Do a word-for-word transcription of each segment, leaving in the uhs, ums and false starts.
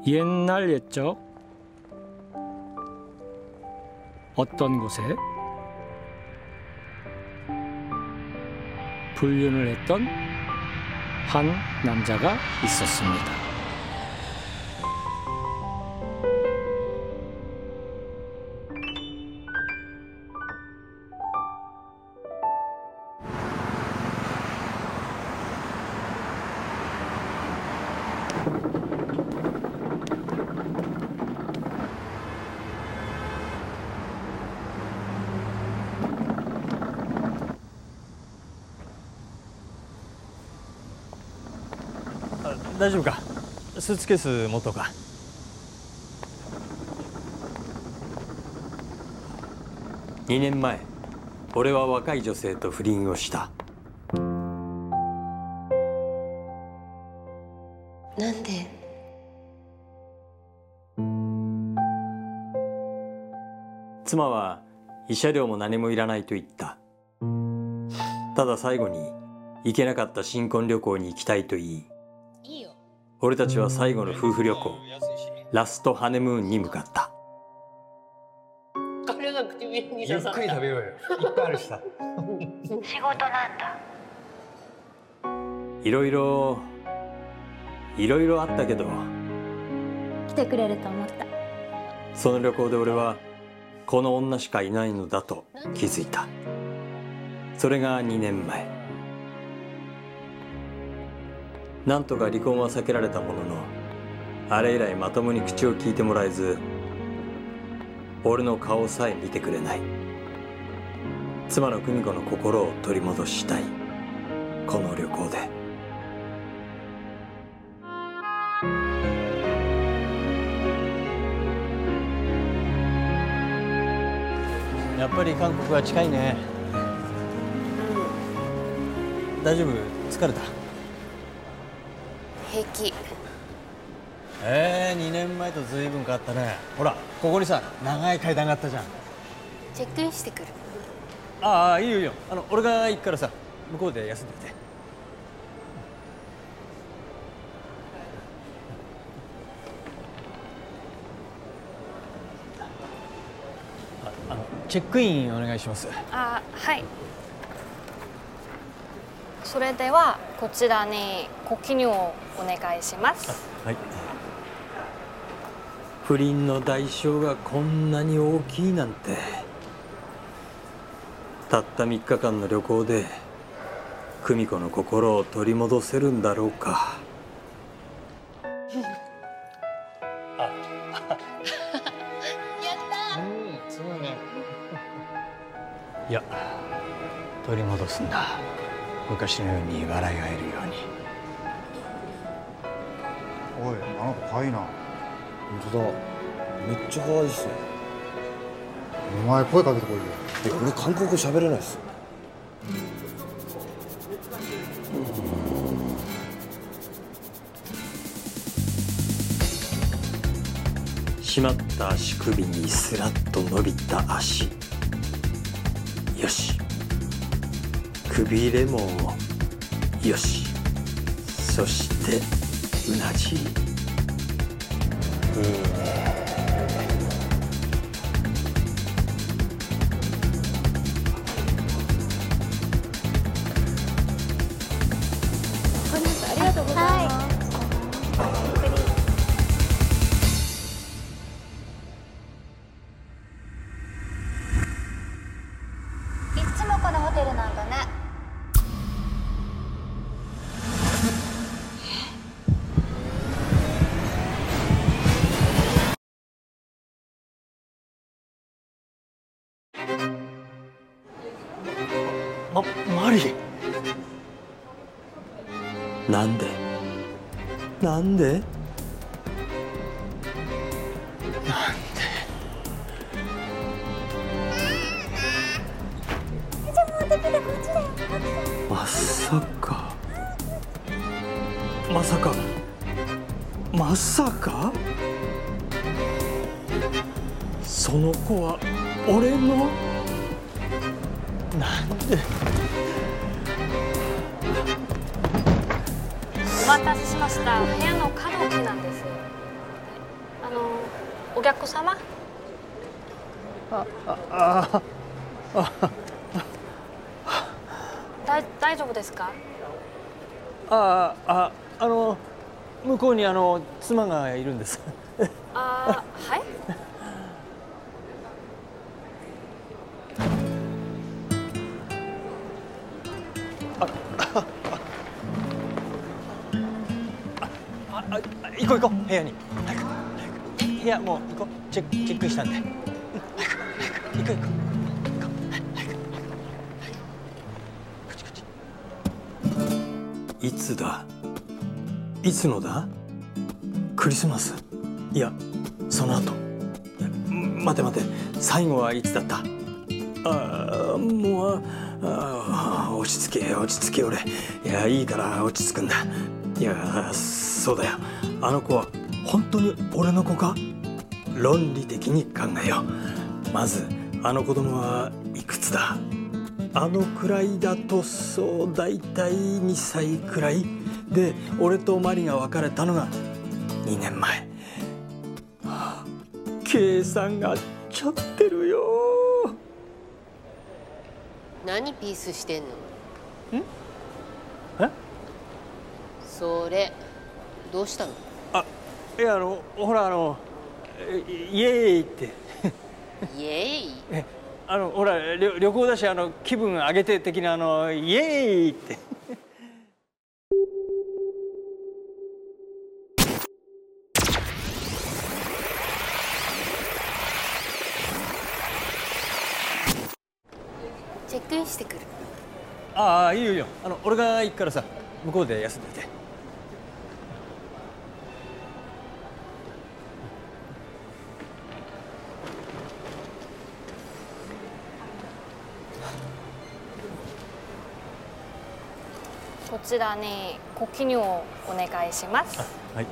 옛날 옛적 어떤 곳에 불륜을 했던 한 남자가 있었습니다. 大丈夫か？スーツケース持とうか？ にねんまえ、俺は若い女性と不倫をした。 なんで？ 妻は慰謝料も何もいらないと言った。ただ最後に行けなかった新婚旅行に行きたいと言い、俺たちは最後の夫婦旅行、ラストハネムーンに向かった。 ゆっくり食べようよ。いっぱいあるしさ。 仕事なんだ。 いろいろいろいろあったけど、 来てくれると思った。 その旅行で俺はこの女しかいないのだと気づいた。それがにねんまえ。なんとか離婚は避けられたものの、あれ以来まともに口を聞いてもらえず、俺の顔さえ見てくれない。妻の久美子の心を取り戻したい、この旅行で。 やっぱり韓国は近いね。大丈夫？疲れた？ 平気。 えー、にねんまえとずいぶん変わったね。ほら、ここにさ、長い階段があったじゃん。 チェックインしてくる。 ああ、いいよいいよ。あの、俺が行くからさ、向こうで休んでて。あ、あの、チェックインお願いします。 あ、はい。それではこちらにご記入をお願いします。 はい。 不倫の代償がこんなに大きいなんて。たったみっかかんの旅行で久美子の心を取り戻せるんだろうか。 やったー。 うん、すごいね。いや、取り戻すんだ。昔のように笑いがえるように。 おい、あの子可愛いな。 本当だ、めっちゃ可愛いっすね。 お前声かけてこいよ。 え、俺韓国語喋れないっす。 締まった足首にスラッと伸びた足。よし、くびれもよし、そしてうなじ。いいね。 本日ありがとうございます。 いつもこのホテルなんだね。 ま、マリ。なんでなんでなんで。 じゃあもうできる、こっちだよ。 まさかまさかまさかその子は俺の。なんで。 お待たせしました。部屋の角置きなんです。 お客様？ ああああだ大丈夫ですか？ あああの向こうにあの妻がいるんです。 あはい。 ああ行こう行こう部屋に早く早く部屋もう行こうチェックチェックしたんで、うん、早く早く行こう行こう行こう早くこっちこっち。 いつだいつのだクリスマスいやその後いや待て待て最後はいつだった。ああもうああ落ち着け落ち着け俺いやいいから落ち着くんだ。いやそうだよあの子は本当に俺の子か。論理的に考えよう。まずあの子供はいくつだ。あのくらいだとそうだいたいにさいくらいで俺とマリが別れたのがにねんまえ。はあ、計算が合っちゃってるよ。 何ピースしてんの？ ん？え？ それどうしたの？ あ、いやあのほらあのイエーイってイエーイ？ えあのほら旅旅行だしあの気分上げて的なあのイエーイってチェックインしてくる。 ああいいよいいよあの俺が行くからさ向こうで休んでて。 こちらにご記入をお願いします。 はい。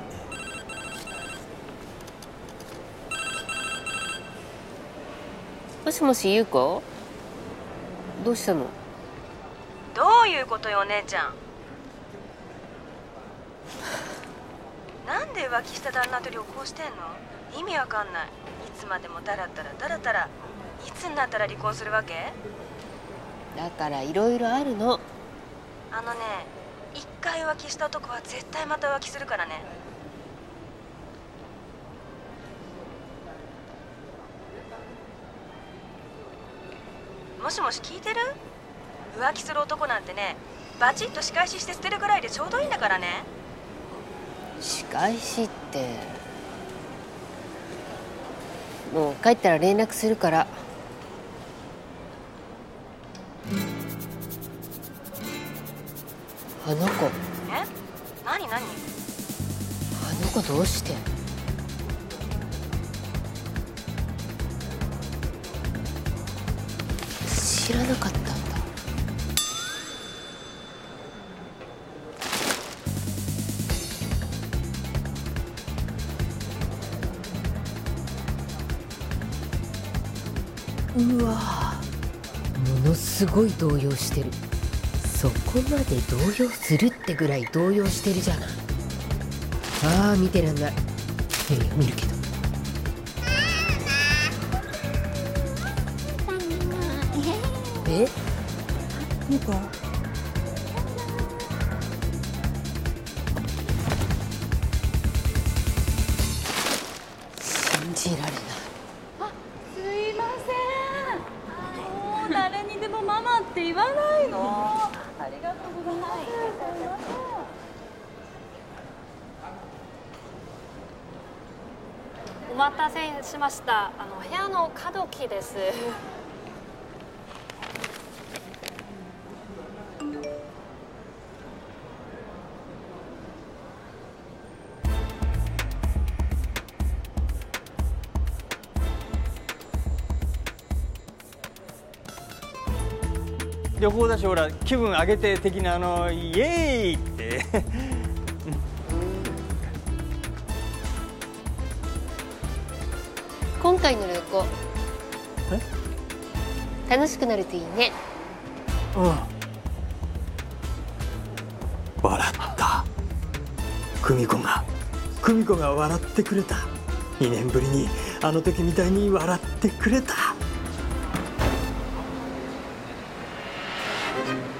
もしもし優子、どうしたの？ どういうことよお姉ちゃん。なんで浮気した旦那と旅行してんの？意味わかんない。いつまでもだらだらだらだらいつになったら離婚するわけ？ だからいろいろあるの。 あのね一回浮気した男は絶対また浮気するからね。もしもし聞いてる？浮気する男なんてねバチッと仕返しして捨てるぐらいでちょうどいいんだからね。 仕返しってもう帰ったら連絡するから。あの子。 え？何何？ あの子どうして？知らなかったんだ。うわ、ものすごい動揺してる。そこまで動揺するってぐらい動揺してるじゃない。ああ見てらんない。いやいや見るけど。え？ニコ。信じられない。 あ、すいません。もう誰にでもママって言わないの。ありがとうございます。 お待たせしました。あの部屋の門木です。 旅行だしほら気分上げて的なあのイエーイって今回の旅行楽しくなるといいね。 うん笑った。久美子が久美子が笑ってくれた。 にねんぶりにあの時みたいに笑ってくれた。